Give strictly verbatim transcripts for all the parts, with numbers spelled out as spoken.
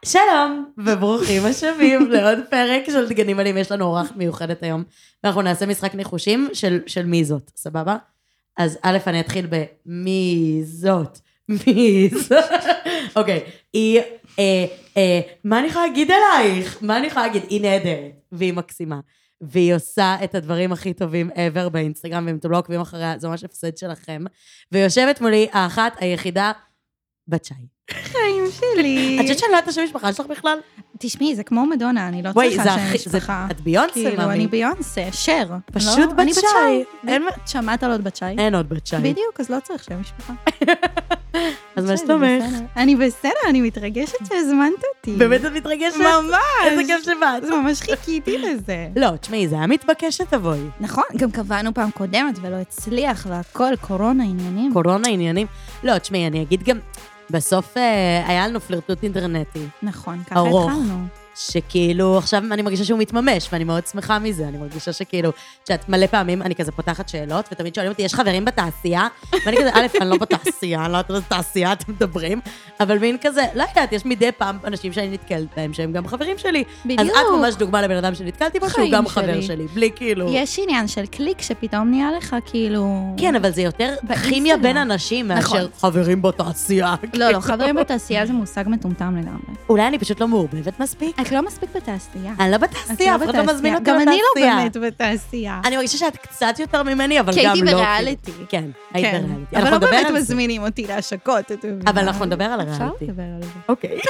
שלום, וברוכים השבים לעוד פרק של דגנים מלאים. יש לנו אורח מיוחדת היום, ואנחנו נעשה משחק ניחושים של, של מי זאת, סבבה? אז א', אני אתחיל במי זאת, מי זאת. אוקיי, היא, אה, אה, מה אני יכולה להגיד עלייך? מה אני יכולה להגיד? היא נהדרת, והיא מקסימה, והיא עושה את הדברים הכי טובים ever באינסטגרם, ואם אתם לא עוקבים אחריה, זה ממש הפסד שלכם. ויושבת מולי האחת היחידה, בת שי. חיים שלי. את חושבת שאני לא יודעת את השם משפחה שלך בכלל? תשמעי, זה כמו מדונה, אני לא צריכה שם משפחה. את ביונסה, כאילו, מאמי. אני ביונסה, שר. פשוט בת שי. שמעת על עוד בת שי? אין עוד בת שי. בדיוק, אז לא צריך שם משפחה. אז מה שתומך? אני בסדר, אני מתרגשת שהזמנת אותי. באמת את מתרגשת? ממש. איזה כיף שבאת. אז ממש חיכיתי לזה. לא, תשמעי, זה היה מתבקש שתבואי. נכון, גם קבענו פעם קודמת ולא הצליח, והכל קורונה עניינים. קורונה עניינים. לא, תשמעי, אני אגיד גם, בסוף היה לנו פלירטוט אינטרנטי. נכון, ככה התחלנו. שכאילו, עכשיו אני מרגישה שהוא מתממש, ואני מאוד שמחה מזה, אני מרגישה שכאילו, שאת מלא פעמים, אני כזה פותחת שאלות, ותמיד שואלים אותי, יש חברים בתעשייה? ואני כזה, א', אני לא בתעשייה, אני לא יודעת בתעשייה, אתם מדברים, אבל מין כזה, לא יודעת, יש מדי פעם אנשים שאני נתקלת בהם, שהם גם חברים שלי. בדיוק. אז את ממש דוגמה לבן אדם שנתקלתי בו, שהוא גם חבר שלי, בלי כאילו... יש עניין של קליק שפתאום נהיה לך כאילו... כן, אבל זה יותר כימיה בין אנשים, מאשר חברים בתעשייה. לא, לא, חברים בתעשייה זה מושג מטומטם לגמרי. אולי אני פשוט לא מעורבבת מספיק. את לא מספיק בתעשייה. אני לא בתעשייה, אף אחד לא מזמין אותי לתעשייה. לתעשייה. גם אני לא באמת בתעשייה. אני מרגישה שאת קצת יותר ממני, אבל גם לא. כי הייתי בריאליטי. כן, היית בריאליטי. אבל לא באמת מזמינים אותי להשקות. אבל אנחנו נדבר על הריאליטי. אפשר לדבר על זה. אוקיי.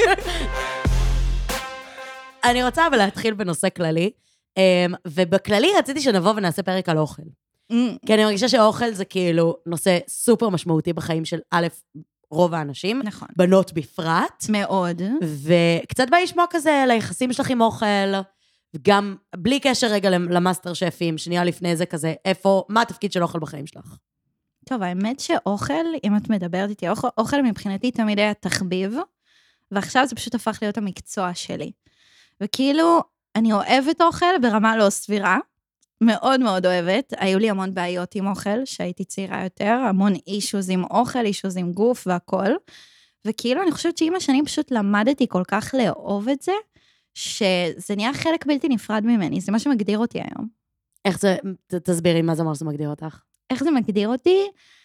אני רוצה אבל להתחיל בנושא כללי, ובכללי רציתי שנבוא ונעשה פרק על אוכל. כי אני מרגישה שאוכל זה כאילו נושא סופר משמעותי בחיים של א', רוב האנשים, נכון. בנות בפרט. מאוד. וקצת בא לשמוע כזה ליחסים שלך עם אוכל, גם בלי קשר רגע למאסטר שפים, שנייה לפני זה כזה, איפה, מה התפקיד של אוכל בחיים שלך? טוב, האמת שאוכל, אם את מדברת איתי, אוכל, אוכל מבחינתי תמיד היה תחביב, ועכשיו זה פשוט הפך להיות המקצוע שלי. וכאילו, אני אוהבת אוכל ברמה לא סבירה, מאוד מאוד אוהבת, היו לי המון בעיות עם אוכל, שהייתי צעירה יותר, המון אישוז עם אוכל, אישוז עם גוף והכל, וכאילו אני חושבת שעם השנים פשוט למדתי כל כך לאהוב את זה, שזה נהיה חלק בלתי נפרד ממני, זה מה שמגדיר אותי היום. איך זה, תסבירי מה זה אמר שזה מגדיר אותך? איך זה מגדיר אותי?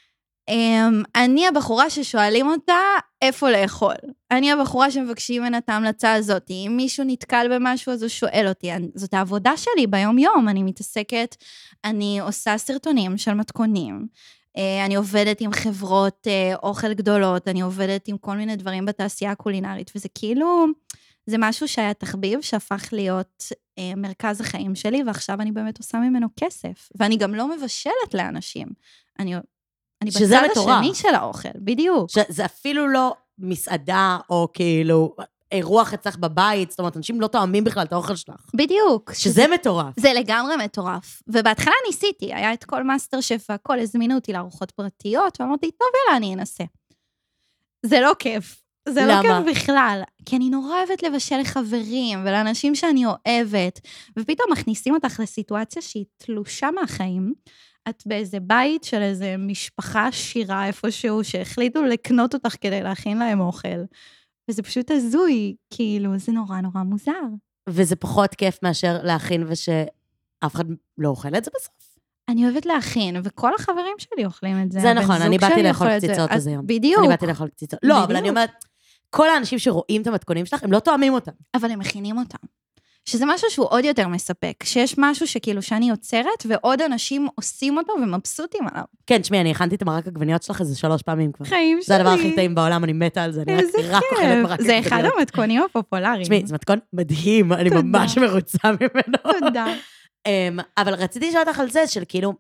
אני הבחורה ששואלים אותה איפה לאכול. אני הבחורה שמבקשים ממנה את ההמלצה הזאת. אם מישהו נתקל במשהו, אז הוא שואל אותי. זאת העבודה שלי ביום יום. אני מתעסקת, אני עושה סרטונים של מתכונים. אני עובדת עם חברות אוכל גדולות. אני עובדת עם כל מיני דברים בתעשייה הקולינרית. וזה כאילו, זה משהו שהיה תחביב, שהפך להיות מרכז החיים שלי, ועכשיו אני באמת עושה ממנו כסף. ואני גם לא מבשלת לאנשים. אני... אני בצד השני של האוכל, בדיוק. שזה אפילו לא מסעדה, או כאילו, אירוח אצלך בבית, זאת אומרת, אנשים לא טועמים בכלל את האוכל שלך. בדיוק. שזה מטורף. זה לגמרי מטורף. ובהתחלה ניסיתי, היה את כל מאסטר שף והכל, הזמינו אותי לארוחות פרטיות, ואמרתי, טוב, יאללה, אני אנסה. זה לא כיף. זה לא כיף בכלל. כי אני נורא אוהבת לבשל לחברים, ולאנשים שאני אוהבת, ופתאום מכניסים אותך לסיטואציה שהיא תלושה מהחיים, את באיזה בית של איזה משפחה שירה איפשהו, שהחליטו לקנות אותך כדי להכין להם אוכל. וזה פשוט הזוי, כאילו, זה נורא נורא מוזר. וזה פחות כיף מאשר להכין ושאף אחד לא אוכל את זה בסוף. אני אוהבת להכין, וכל החברים שלי אוכלים את זה. זה נכון, אני באתי לאכול קציצות הזה יום. בדיוק. אני באתי לאכול קציצות. לא, אבל אני אומרת, כל האנשים שרואים את המתכונים שלך, הם לא תואמים אותם. אבל הם מכינים אותם. שזה משהו שהוא עוד יותר מספק, שיש משהו שכאילו שאני יוצרת, ועוד אנשים עושים אותו ומבסוטים עליו. כן, תשמעי, אני הכנתי את המרק הגווניות שלך איזה שלוש פעמים כבר. חיים שלי. זה הדבר הכי טעים בעולם, אני מתה על זה, אני רק אוכלת מרק הגווניות. זה אחד המתכונים הפופולריים. תשמעי, זה מתכון מדהים, אני ממש מרוצה ממנו. תודה. אבל רציתי לשאול אותך על זה, של כאילו,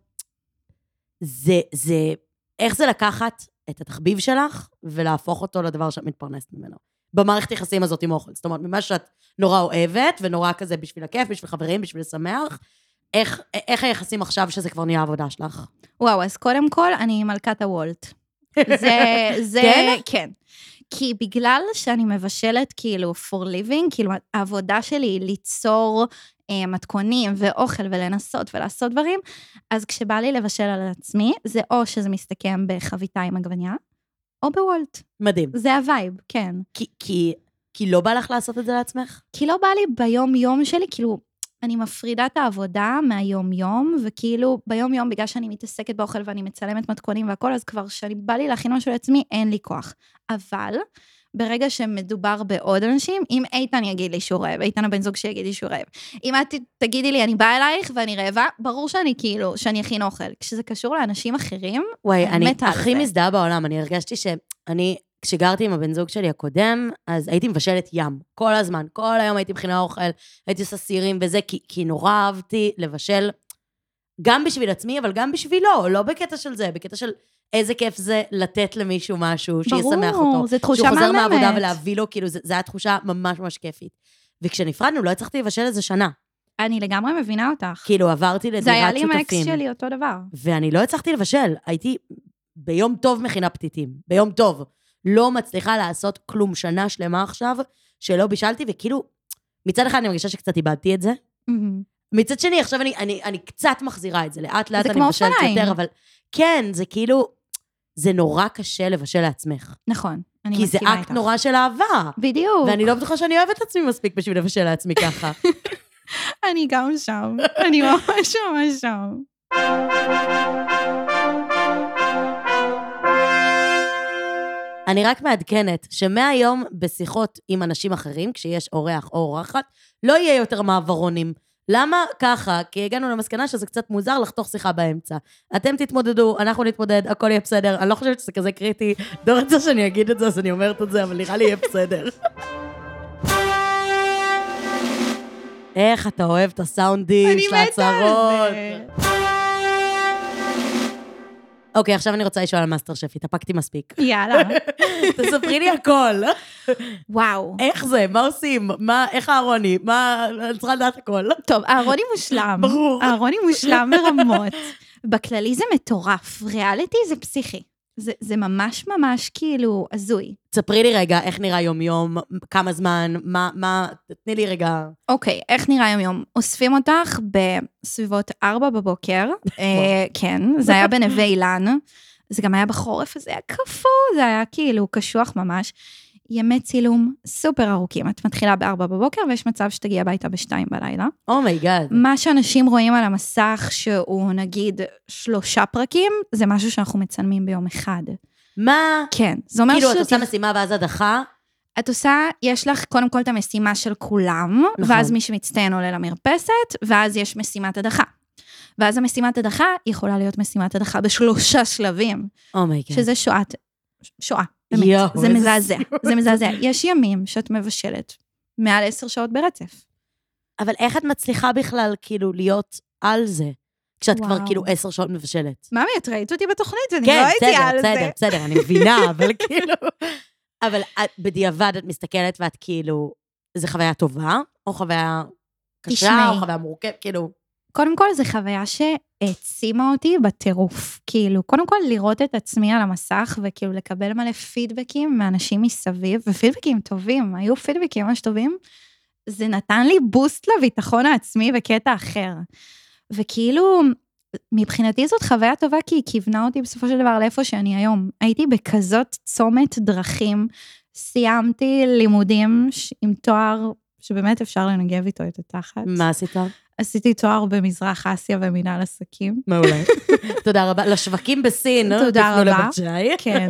זה, זה, איך זה לקחת את התחביב שלך, ולהפוך אותו לדבר שאת מתפרנסת ממנו? במערכת יחסים הזאת עם אוכל. זאת אומרת, ממה שאת נורא אוהבת, ונורא כזה בשביל הכיף, בשביל חברים, בשביל לשמח, איך, איך היחסים עכשיו שזה כבר נהיה העבודה שלך? וואו, אז קודם כל, אני מלכת הוולט. זה, זה, כן? כן. כי בגלל שאני מבשלת כאילו for living, כאילו העבודה שלי היא ליצור אה, מתכונים ואוכל ולנסות ולעשות דברים, אז כשבא לי לבשל על עצמי, זה או שזה מסתכם בחביתה עם עגבניה, או בוולט. מדהים. זה הווייב, כן. כי, כי כי לא בא לך לעשות את זה לעצמך? כי לא בא לי ביום-יום שלי, כאילו, אני מפרידה את העבודה מהיום-יום, וכאילו, ביום-יום, בגלל שאני מתעסקת באוכל ואני מצלמת מתכונים והכל, אז כבר שאני בא לי להכין משהו לעצמי, אין לי כוח. אבל, ברגע שמדובר בעוד אנשים, אם איתן יגיד לי שהוא רעב, איתן הבן זוג שיגיד לי שהוא רעב, אם את תגידי לי, אני באה אלייך ואני רעבה, ברור שאני כאילו, שאני אכין אוכל. כשזה קשור לאנשים אחרים, וואי, אני הכי מזדהה בעולם, אני הרגשתי שאני, כשגרתי עם הבן זוג שלי הקודם, אז הייתי מבשלת ים, כל הזמן, כל היום הייתי מכינה אוכל, הייתי עושה סירים וזה, כי, כי נורא אהבתי לבשל, גם בשביל עצמי, אבל גם בשבילו, לא בקטע של זה, בקטע של איזה כיף זה לתת למישהו משהו, שישמח אותו. ברור, זה תחושה מהממת. שהוא חוזר מהממת. מהעבודה ולהביא לו, כאילו, זה, זה היה תחושה ממש ממש כיפית. וכשנפרדנו, לא הצלחתי לבשל איזה שנה. אני לגמרי מבינה אותך. כאילו, עברתי לדירת זה שותפים. היה לי עם האקס שלי אותו דבר. ואני לא הצלחתי לבשל, הייתי ביום טוב מכינה פתיתים, ביום טוב. לא מצליחה לעשות כלום שנה שלמה עכשיו, שלא בישלתי, וכאילו, מצד אחד אני מרגישה שקצת איבדתי את זה, מצד שני, עכשיו אני, אני, אני קצת מחזירה את זה, לאט לאט אני מבשלת יותר, אבל כן, זה כאילו, זה נורא קשה לבשל לעצמך. נכון, אני כי זה מסכימה איתך. אקט נורא של אהבה. בדיוק. ואני לא בטוחה שאני אוהבת את עצמי מספיק בשביל לבשל לעצמי ככה. אני גם שם, אני ממש ממש שם. אני רק מעדכנת שמהיום בשיחות עם אנשים אחרים, כשיש אורח או אורחת, לא יהיה יותר מעברונים. למה? ככה, כי הגענו למסקנה שזה קצת מוזר לחתוך שיחה באמצע. אתם תתמודדו, אנחנו נתמודד, הכל יהיה בסדר. אני לא חושבת שזה כזה קריטי. דור רצה שאני אגיד את זה, אז אני אומרת את זה, אבל נראה לי יהיה בסדר. איך אתה אוהב את הסאונדים של ההצהרות. אוקיי, עכשיו אני רוצה לשאול על מאסטר שף, התאפקתי מספיק. יאללה. תספרי לי הכל. וואו. איך זה? מה עושים? מה, איך הארוני? מה, אני צריכה לדעת הכל. טוב, הארוני מושלם. ברור. הארוני מושלם ברמות. בכללי זה מטורף. ריאליטי זה פסיכי. זה, זה ממש ממש כאילו הזוי. תספרי לי רגע איך נראה יום-יום, כמה זמן, מה, מה, תתני לי רגע. אוקיי, איך נראה יום-יום? אוספים אותך בסביבות ארבע בבוקר. אה, כן, זה היה בנווה אילן. זה גם היה בחורף, זה היה קפוא, זה היה כאילו קשוח ממש. ימי צילום סופר ארוכים. את מתחילה בארבע בבוקר, ויש מצב שתגיע הביתה בשתיים בלילה. אומייגאד. מה שאנשים רואים על המסך, שהוא נגיד שלושה פרקים, זה משהו שאנחנו מצלמים ביום אחד. מה? כן. זה אומר כאילו, את שאת- עושה משימה ואז הדחה? את עושה, יש לך קודם כל את המשימה של כולם, נכון. ואז מי שמצטיין עולה למרפסת, ואז יש משימת הדחה. ואז המשימת הדחה יכולה להיות משימת הדחה בשלושה שלבים, אומייגאד. שזה שואת, שואה, באמת. יואו, זה איזה מזעזע, סיוט. זה מזעזע. יש ימים שאת מבשלת מעל עשר שעות ברצף. אבל איך את מצליחה בכלל, כאילו, להיות על זה? כשאת כבר וואו. כאילו עשר שעות מבשלת. ממי, את ראית אותי בתוכנית, אני כן, לא הייתי בסדר, על בסדר, זה. בסדר, אני מבינה, אבל כאילו... אבל את, בדיעבד את מסתכלת ואת כאילו, זה חוויה טובה, או חוויה קשה, תשמעי. או חוויה מורכבת, כאילו... קודם כל, זו חוויה שהעצימה אותי בטירוף. כאילו, קודם כל, לראות את עצמי על המסך, וכאילו לקבל מלא פידבקים מאנשים מסביב, ופידבקים טובים, היו פידבקים ממש טובים, זה נתן לי בוסט לביטחון העצמי בקטע אחר. וכאילו, מבחינתי זאת חוויה טובה, כי היא כיוונה אותי בסופו של דבר לאיפה שאני היום. הייתי בכזאת צומת דרכים, סיימתי לימודים עם תואר, שבאמת אפשר לנגב איתו את התחת. מה עשית? עשיתי תואר במזרח אסיה ומנהל עסקים. מעולה. תודה רבה. לשווקים בסין. תודה תפנו רבה. לבג'אי. כן.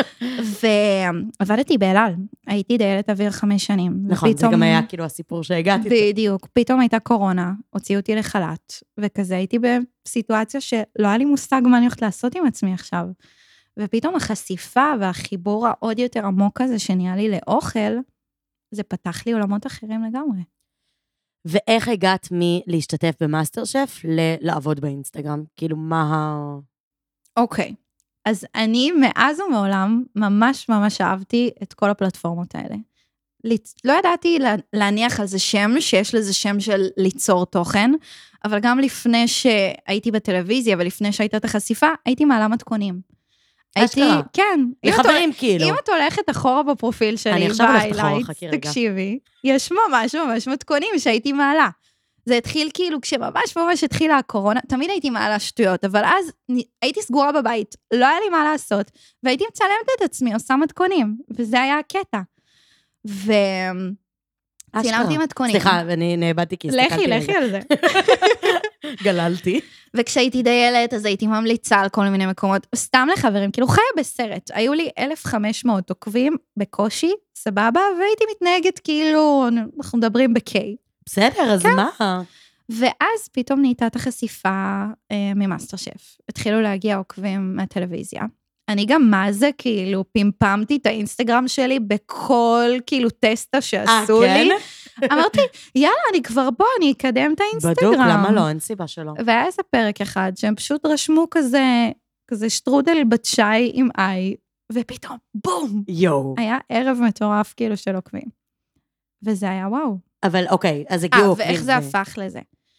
ועבדתי באלעל. הייתי דיילת אוויר חמש שנים. נכון, זה ופתאום- גם היה כאילו הסיפור שהגעתי. איתו. בדיוק. פתאום הייתה קורונה, הוציאו אותי לחל"ת, וכזה הייתי בסיטואציה שלא היה לי מושג מה אני הולכת לעשות עם עצמי עכשיו. ופתאום החשיפה והחיבור העוד יותר עמוק הזה שנהיה לי לאוכל, זה פתח לי עולמות אחרים לגמרי. ואיך הגעת מלהשתתף במאסטר שף ללעבוד באינסטגרם? כאילו, מה ה... אוקיי. אז אני מאז ומעולם ממש ממש אהבתי את כל הפלטפורמות האלה. ליצ- לא ידעתי לה- להניח על זה שם, שיש לזה שם של ליצור תוכן, אבל גם לפני שהייתי בטלוויזיה ולפני שהייתה את החשיפה, הייתי מעלה מתכונים. הייתי, אשכרה. כן. אם את לחברים כאילו. אם את הולכת אחורה בפרופיל שלי, אני עכשיו הולכת אחורה, בהיילייטס, חכי רגע. תקשיבי, יש ממש ממש מתכונים שהייתי מעלה. זה התחיל כאילו, כשממש ממש התחילה הקורונה, תמיד הייתי מעלה שטויות, אבל אז נ- הייתי סגורה בבית, לא היה לי מה לעשות, והייתי מצלמת את עצמי, עושה מתכונים, וזה היה הקטע. וצילמתי מתכונים. סליחה, אני נאבדתי כי הסתכלתי. לכי, לכי על זה. גללתי. וכשהייתי דיילת, אז הייתי ממליצה על כל מיני מקומות, סתם לחברים, כאילו חיה בסרט. היו לי אלף וחמש מאות עוקבים בקושי, סבבה, והייתי מתנהגת כאילו, אנחנו מדברים בקיי. בסדר, אז מה? ואז פתאום נהייתה את החשיפה אה, ממאסטר שף. התחילו להגיע עוקבים מהטלוויזיה. אני גם מה זה, כאילו, פימפמתי את האינסטגרם שלי בכל, כאילו, טסטה שעשו כן? לי. אמרתי, יאללה, אני כבר בוא, אני אקדם את האינסטגרם. בדוק, למה לא? אין סיבה שלא. והיה איזה פרק אחד, שהם פשוט רשמו כזה, כזה שטרודל בת שי עם איי, ופתאום, בום! יואו. היה ערב מטורף, כאילו, של עוקבים. וזה היה וואו. אבל אוקיי, אז הגיעו עוקבים. ואיך זה הפך לזה?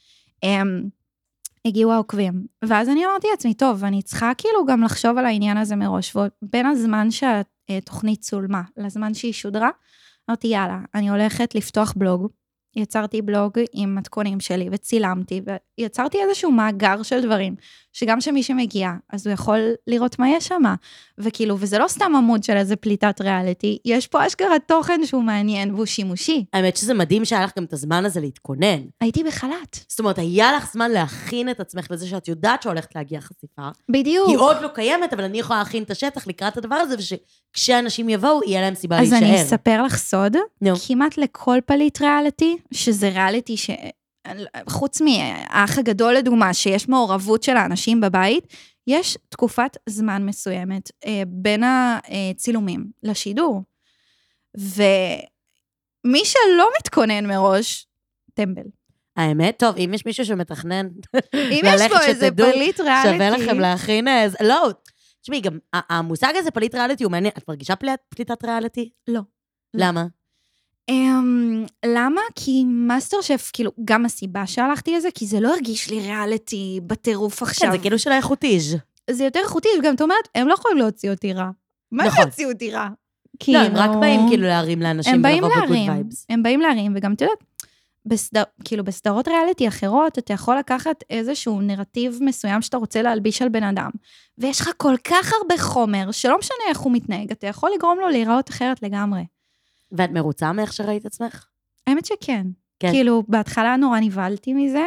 הגיעו העוקבים, ואז אני אמרתי לעצמי, טוב, אני צריכה כאילו גם לחשוב על העניין הזה מראש, ובין הזמן שהתוכנית צולמה, לזמן שהיא שודרה, אמרתי, יאללה, אני הולכת לפתוח בלוג, יצרתי בלוג עם מתכונים שלי, וצילמתי, ויצרתי איזשהו מאגר של דברים, שגם שמי שמגיע, אז הוא יכול לראות מה יש שם, וכאילו, וזה לא סתם עמוד של איזה פליטת ריאליטי, יש פה אשכרה תוכן שהוא מעניין, והוא שימושי. האמת שזה מדהים שהיה לך גם את הזמן הזה להתכונן. הייתי בחל"ת. זאת אומרת, היה לך זמן להכין את עצמך לזה שאת יודעת שהולכת להגיע חשיפה. בדיוק. היא עוד לא קיימת, אבל אני יכולה להכין את השטח לקראת הדבר הזה, ושכשאנשים יבואו, יהיה להם סיבה אז להישאר. אני אספר לך סוד, נו. כמעט לכל פליט ריאליטי, שזה ריאליטי ש... חוץ מהאח הגדול לדוגמה, שיש מעורבות של האנשים בבית, יש תקופת זמן מסוימת אה, בין הצילומים לשידור. ומי שלא מתכונן מראש, טמבל. האמת, טוב, אם יש מישהו שמתכנן, אם יש פה איזה פליט ריאליטי... שווה לכם להכין איזה... לא, תשמעי, גם המושג הזה פליט ריאליטי הוא מעניין. את מרגישה פליטת ריאליטי? לא. למה? Um, למה? כי מאסטר שף, כאילו, גם הסיבה שהלכתי לזה, כי זה לא הרגיש לי ריאליטי בטירוף עכשיו. כן, זה כאילו של האיכותיז. זה יותר איכותי, וגם את אומרת, הם לא יכולים להוציא אותי רע. מה הם יוציאו אותי רע? לא, הם רק באים כאילו להרים לאנשים ולבוא בגוד וייבס. הם באים להרים, וגם, אתה יודעת, בסדר, כאילו, בסדרות ריאליטי אחרות, אתה יכול לקחת איזשהו נרטיב מסוים שאתה רוצה להלביש על בן אדם, ויש לך כל כך הרבה חומר, שלא משנה איך הוא מתנהג, אתה יכול לגרום לו להיראות אחרת לגמרי. ואת מרוצה מאיך שראית עצמך? האמת שכן. כן. כאילו, בהתחלה נורא נבהלתי מזה,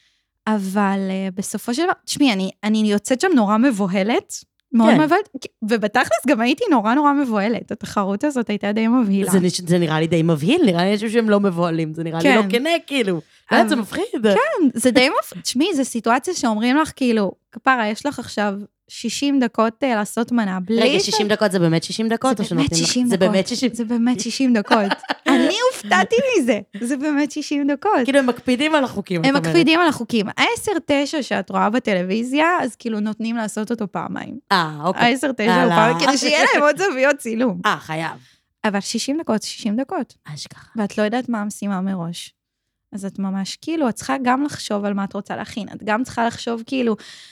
אבל uh, בסופו של דבר, תשמעי, אני, אני יוצאת שם נורא מבוהלת, מאוד כן. מבוהלת, ובתכלס גם הייתי נורא נורא מבוהלת. התחרות הזאת הייתה די מבהילה. זה, זה נראה לי די מבהיל, נראה לי שהם לא מבוהלים, זה נראה כן. לי לא כנה, כאילו. לא, זה מפחיד. כן, זה די מפחיד. תשמעי, זו סיטואציה שאומרים לך, כאילו, כפרה, יש לך עכשיו שישים דקות לעשות מנה, בלי... רגע, שישים דקות זה באמת שישים דקות? זה באמת שישים דקות. זה באמת שישים... זה באמת שישים דקות. אני הופתעתי מזה. זה באמת שישים דקות. כאילו, הם מקפידים על החוקים. הם מקפידים על החוקים. ה-עשר תשע שאת רואה בטלוויזיה, אז כאילו נותנים לעשות אותו פעמיים. אה, אוקיי. ה-עשר תשע הוא פעמיים, כדי שיהיה להם עוד זוויות צילום. אה, חייב. אבל שישים דקות, שישים דקות. אשכרה. ואת לא יודעת מה המשימה מראש. אז את ממש, כאילו, את צריכה גם לחשוב על מה את רוצה להכין. את גם צריכה לחשוב, כאילו,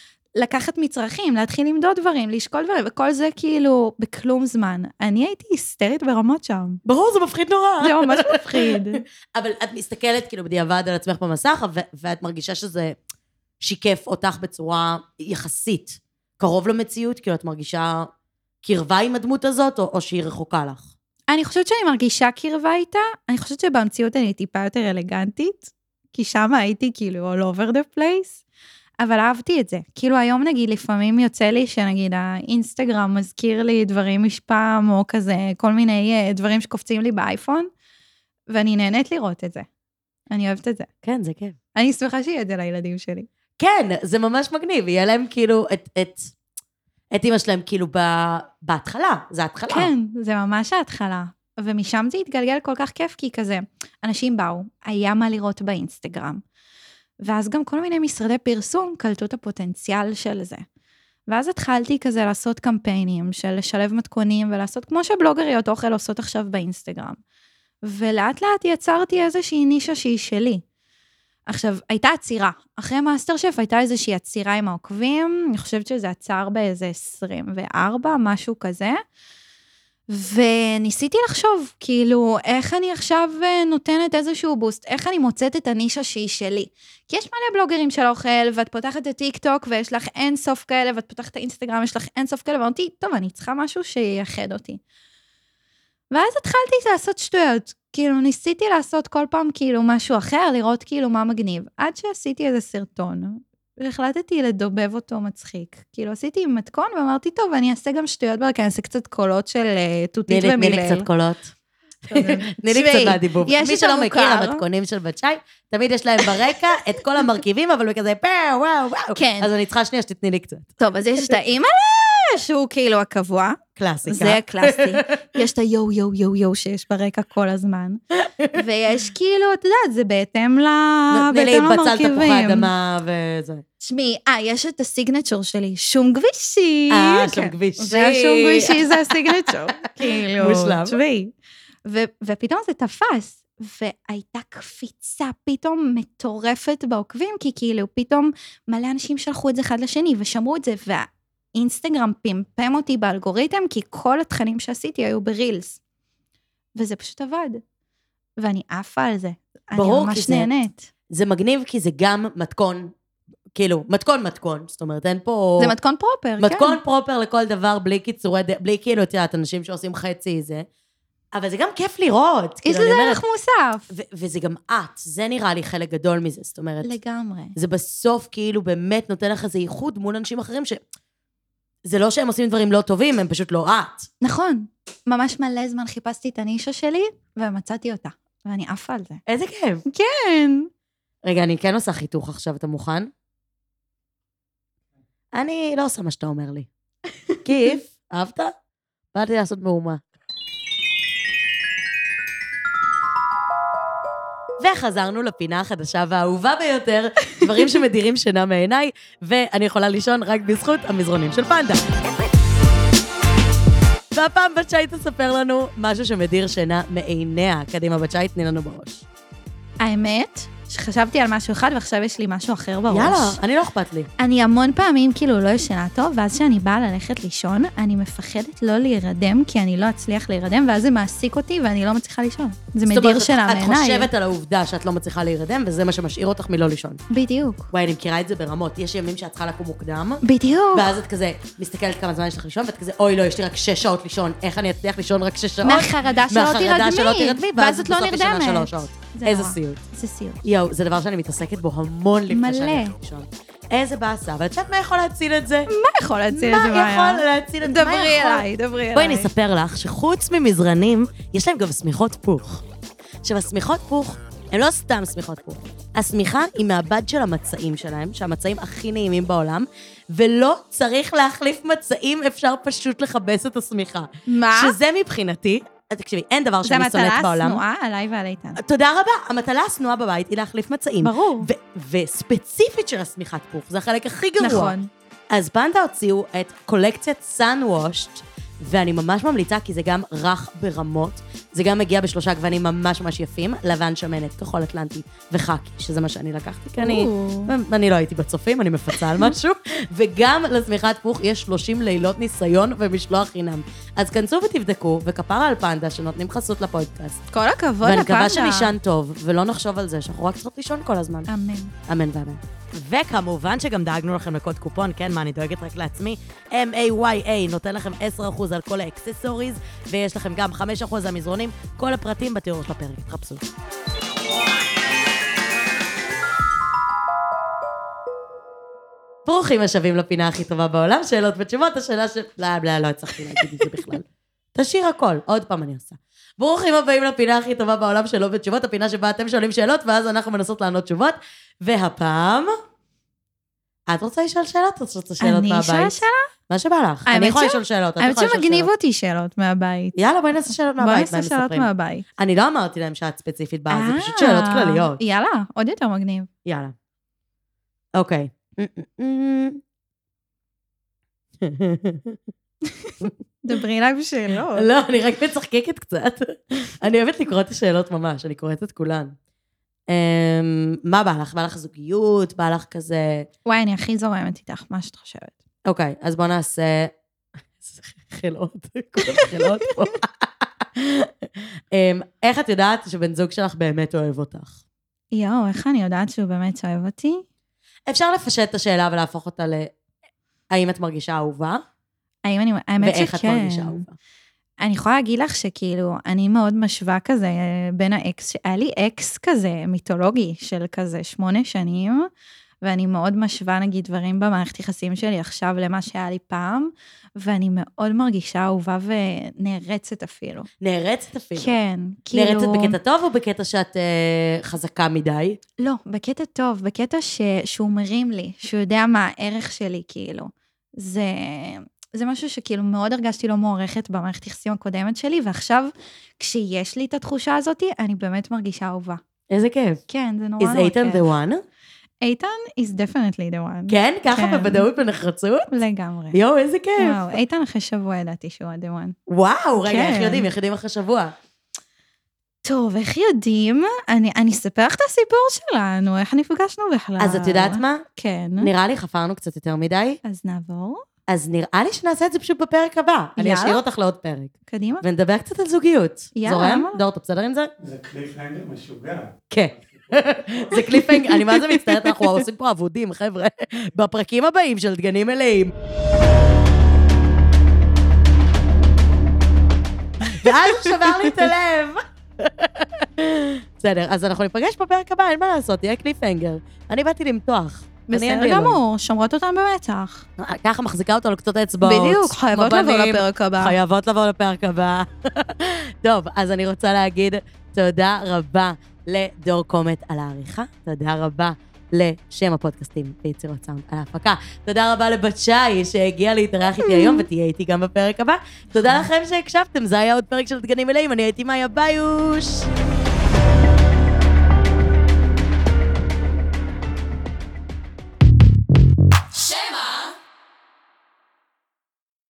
לקחת מצרכים, להתחיל למדוד דברים, לשקול דברים, וכל זה כאילו בכלום זמן. אני הייתי היסטרית ברמות שם. ברור, זה מפחיד נורא. זה ממש מפחיד. אבל את מסתכלת כאילו בדיעבד על עצמך במסך, ואת מרגישה שזה שיקף אותך בצורה יחסית קרוב למציאות, כאילו את מרגישה קרבה עם הדמות הזאת, או, או שהיא רחוקה לך? אני חושבת שאני מרגישה קרבה איתה, אני חושבת שבמציאות אני טיפה יותר אלגנטית, כי שם הייתי כאילו all over the place, אבל אהבתי את זה. כאילו היום נגיד, לפעמים יוצא לי שנגיד האינסטגרם מזכיר לי דברים משפעם, או כזה, כל מיני דברים שקופצים לי באייפון, ואני נהנית לראות את זה. אני אוהבת את זה. כן, זה כן. אני שמחה שיהיה את זה לילדים שלי. כן, זה ממש מגניב, יהיה להם כאילו את, את, את אמא שלהם כאילו בהתחלה, זה ההתחלה. כן, זה ממש ההתחלה. ומשם זה התגלגל כל כך כיף, כי כזה, אנשים באו, היה מה לראות באינסטגרם. ואז גם כל מיני משרדי פרסום קלטו את הפוטנציאל של זה. ואז התחלתי כזה לעשות קמפיינים של לשלב מתכונים ולעשות כמו שבלוגריות אוכל עושות עכשיו באינסטגרם. ולאט לאט יצרתי איזושהי נישה שהיא שלי. עכשיו, הייתה עצירה. אחרי מאסטר שף הייתה איזושהי עצירה עם העוקבים, אני חושבת שזה עצר באיזה עשרים וארבע, משהו כזה. וניסיתי לחשוב, כאילו, איך אני עכשיו נותנת איזשהו בוסט, איך אני מוצאת את הנישה שהיא שלי. כי יש מלא בלוגרים של אוכל, ואת פותחת את טיק טוק, ויש לך אין סוף כאלה, ואת פותחת את האינסטגרם, יש לך אין סוף כאלה, ואמרתי, טוב, אני צריכה משהו שייחד אותי. ואז התחלתי לעשות שטויות. כאילו, ניסיתי לעשות כל פעם כאילו משהו אחר, לראות כאילו מה מגניב. עד שעשיתי איזה סרטון, והחלטתי לדובב אותו מצחיק. כאילו, עשיתי מתכון ואמרתי, טוב, אני אעשה גם שטויות ברקע, אני אעשה קצת קולות של תותית ומילל. תני לי קצת קולות. תני לי קצת מהדיבוב. מי שלא מכיר, המתכונים של בת שי, תמיד יש להם ברקע את כל המרכיבים, אבל בכזה פאו, וואו, וואו. כן. אז אני צריכה שנייה שתתני לי קצת. טוב, אז יש את האימא'לה, שהוא כאילו הקבוע. קלאסיקה. זה קלאסי. יש את היו, יו, יו, יו, שיש ברקע כל הזמן. ויש כאילו, אתה יודע, זה בהתאם למרכיבים. בצל תפוחי אדמה וזה. שמי, אה, יש את הסיגנצ'ור שלי, שום גבישי. אה, שום גבישי. זה השום גבישי, זה הסיגנצ'ור. כאילו, מושלם. תשמעי. ופתאום זה תפס, והייתה קפיצה פתאום מטורפת בעוקבים, כי כאילו פתאום מלא אנשים שלחו את זה אחד לשני, ושמעו את זה, והאינסטגרם פמפם אותי באלגוריתם, כי כל התכנים שעשיתי היו ברילס. וזה פשוט עבד. ואני עפה על זה. ברור, אני ממש נהנית. זה מגניב, כי זה גם מתכון, כאילו, מתכון מתכון, זאת אומרת, אין פה... זה מתכון פרופר, כן. מתכון פרופר לכל דבר, בלי קיצורי, בלי כאילו, את יודעת, אנשים שעושים חצי זה. אבל זה גם כיף לראות. יש לזה ערך מוסף. וזה גם את, זה נראה לי חלק גדול מזה, זאת אומרת. לגמרי. זה בסוף כאילו באמת נותן לך איזה ייחוד מול אנשים אחרים, שזה לא שהם עושים דברים לא טובים, הם פשוט לא את. נכון. ממש מלא זמן חיפשתי את הנישה שלי, ומצאתי אותה. ואני עפה על זה. איזה כיף. כן. רגע, אני כן עושה חיתוך עכשיו, אתה מוכן? אני לא עושה מה שאתה אומר לי. כיף, אהבת? באתי לעשות מהומה. וחזרנו לפינה החדשה והאהובה ביותר, דברים שמדירים שינה מעיניי, ואני יכולה לישון רק בזכות המזרונים של פנדה. והפעם בת שי תספר לנו משהו שמדיר שינה מעיניה. קדימה, בת שי, תני לנו בראש. האמת, שחשבתי על משהו אחד, ועכשיו יש לי משהו אחר בראש. יאללה, אני לא אכפת לי. אני המון פעמים כאילו לא ישנה טוב, ואז כשאני באה ללכת לישון, אני מפחדת לא להירדם, כי אני לא אצליח להירדם, ואז זה מעסיק אותי, ואני לא מצליחה לישון. זה מדיר שינה מעיניי. זאת אומרת, את חושבת על העובדה שאת לא מצליחה להירדם, וזה מה שמשאיר אותך מלא לישון. בדיוק. וואי, אני מכירה את זה ברמות. יש ימים שאת צריכה לקום מוקדם. בדיוק. ואז את כזה מסתכלת כמה זמן יש לך לישון, ואת כזה, אוי, לא, יש לי רק שש שעות לישון. איך אני אצליח לישון רק שש שעות? מהחרדה שלא תירדמי, ואז את לא נרדמת. איזה סיוט. זה סיוט. יואו, זה דבר שאני מתעסקת בו המון לפני שאני הולכת לישון. איזה באסה, אבל את יודעת מה יכול להציל את זה? מה יכול להציל את זה? מה יכול להציל את זה? דברי אליי, דברי אליי. בואי נספר לך שחוץ ממזרנים, יש להם גם סמיכות פוך. עכשיו, הסמיכות פוך, הם לא סתם סמיכות פוך. הסמיכה היא מהבד של המצעים שלהם, שהמצעים הכי נעימים בעולם, ולא צריך להחליף מצעים, אפשר פשוט לחבס את הסמיכה. מה? שזה מבחינתי, תקשיבי, אין דבר שאני שונאת בעולם. זה מטלה שנועה עליי ועל איתן. תודה רבה. המטלה השנואה בבית היא להחליף מצעים. ברור. וספציפית של הסמיכת פוך, זה החלק הכי גרוע. נכון. אז פנדה הוציאו את קולקציית Sunwashed, ואני ממש ממליצה, כי זה גם רך ברמות, זה גם מגיע בשלושה גוונים ממש ממש יפים, לבן שמנת, כחול אטלנטי וחאקי, שזה מה שאני לקחתי, כי אני, אני לא הייתי בצופים, אני מפצה על משהו, וגם לסמיכת פוך יש שלושים לילות ניסיון ומשלוח חינם. אז כנסו ותבדקו, וכפרה על פנדה שנותנים חסות לפודקאסט. כל הכבוד לפנדה. ואני מקווה שנישן טוב, ולא נחשוב על זה, שאנחנו רק צריכות לישון כל הזמן. אמן. אמן ואמן. וכמובן שגם דאגנו לכם לקוד קופון, כן, מה, אני דואגת רק לעצמי, אם איי וואי איי נותן לכם עשרה אחוז על כל האקססוריז, ויש לכם גם חמישה אחוז על מזרונים, כל הפרטים בתיאור של הפרק, תחפשו. ברוכים השבים לפינה הכי טובה בעולם, שאלות ותשובות, השאלה ש... לא, לא, לא הצלחתי להגיד את זה בכלל. תשאיר הכל, עוד פעם אני עושה. ברוכים הבאים לפינה הכי טובה בעולם, שאלות ותשובות, הפינה שבה אתם שואלים שאלות, ואז אנחנו מנסות לענות תשובות, והפעם... את רוצה לשאול שאלות? את רוצה שאלות מהבית? אני אשאל שאלה? מה שבא לך. אני יכולה לשאול שאלות. האמת שמגניב אותי שאלות מהבית. יאללה, בואי נעשה שאלות מהבית. בואי נעשה שאלות מהבית. אני לא אמרתי להם שאת ספציפית באה, זה פשוט שאלות כלליות. יאללה, עוד יותר מגניב. יאללה. אוקיי. דברי אליי בשאלות. לא, אני רק מצחקקת קצת. אני אוהבת לקרוא את השאלות ממש, אני קוראת את כולן. מה בא לך? בא לך זוגיות? בא לך כזה... וואי, אני הכי זורמת איתך, מה שאת חושבת. אוקיי, אז בוא נעשה... איזה חילות, כל החילות פה. איך את יודעת שבן זוג שלך באמת אוהב אותך? יואו, איך אני יודעת שהוא באמת אוהב אותי? אפשר לפשט את השאלה ולהפוך אותה ל... האם את מרגישה אהובה? האם אני... האמת שכן. ואיך את מרגישה אהובה? אני יכולה להגיד לך שכאילו, אני מאוד משווה כזה בין האקס, היה לי אקס כזה מיתולוגי של כזה שמונה שנים, ואני מאוד משווה נגיד דברים במערכת יחסים שלי עכשיו למה שהיה לי פעם, ואני מאוד מרגישה אהובה ונערצת אפילו. נערצת אפילו? כן, כאילו... נערצת בקטע טוב או בקטע שאת אה, חזקה מדי? לא, בקטע טוב, בקטע ש... שהוא מרים לי, שהוא יודע מה הערך שלי, כאילו. זה... זה משהו שכאילו מאוד הרגשתי לא מוערכת במערכת יחסים הקודמת שלי, ועכשיו, כשיש לי את התחושה הזאת, אני באמת מרגישה אהובה. איזה כיף. כן, זה נורא נורא כיף. Is איתן the one? איתן is definitely the one. כן? ככה כן. בוודאות בנחרצות? לגמרי. יואו, איזה כיף. וואו, איתן אחרי שבוע ידעתי שהוא the one. וואו, רגע, כן. איך יודעים? איך יודעים אחרי שבוע? טוב, איך יודעים? אני, אני אספר לך את הסיפור שלנו, איך נפגשנו בכלל. אז את יודעת מה? כן. נראה לי חפרנו קצת יותר מדי, אז נעבור. אז נראה לי שנעשה את זה פשוט בפרק הבא. אני יאללה. אשאיר אותך לעוד פרק. קדימה. ונדבר קצת על זוגיות. יאללה, זורם? למה? דור, אתה בסדר עם זה? זה קליפהנגר משוגע. כן. זה קליפהנגר, אני מה זה מצטערת, אנחנו עושים פה עבודים, חבר'ה. בפרקים הבאים של דגנים מלאים. ואז הוא שבר לי את הלב. בסדר, אז אנחנו ניפגש בפרק הבא, אין מה לעשות, תהיה קליפהנגר. אני באתי למתוח. אני אין לי בסדר אלוהים. גמור, שומרות אותם במתח. ככה מחזיקה אותו על קצות האצבעות. בדיוק, חייבות כמו לבוא בנים. לפרק הבא. חייבות לבוא לפרק הבא. טוב, אז אני רוצה להגיד תודה רבה לדור קומט על העריכה, תודה רבה לשם הפודקאסטים ביצירות סאונד על ההפקה, תודה רבה לבת שי שהגיעה להתארח איתי היום ותהיה איתי גם בפרק הבא, תודה לכם שהקשבתם, זה היה עוד פרק של דגנים מלאים, אני הייתי מאיה ביוש.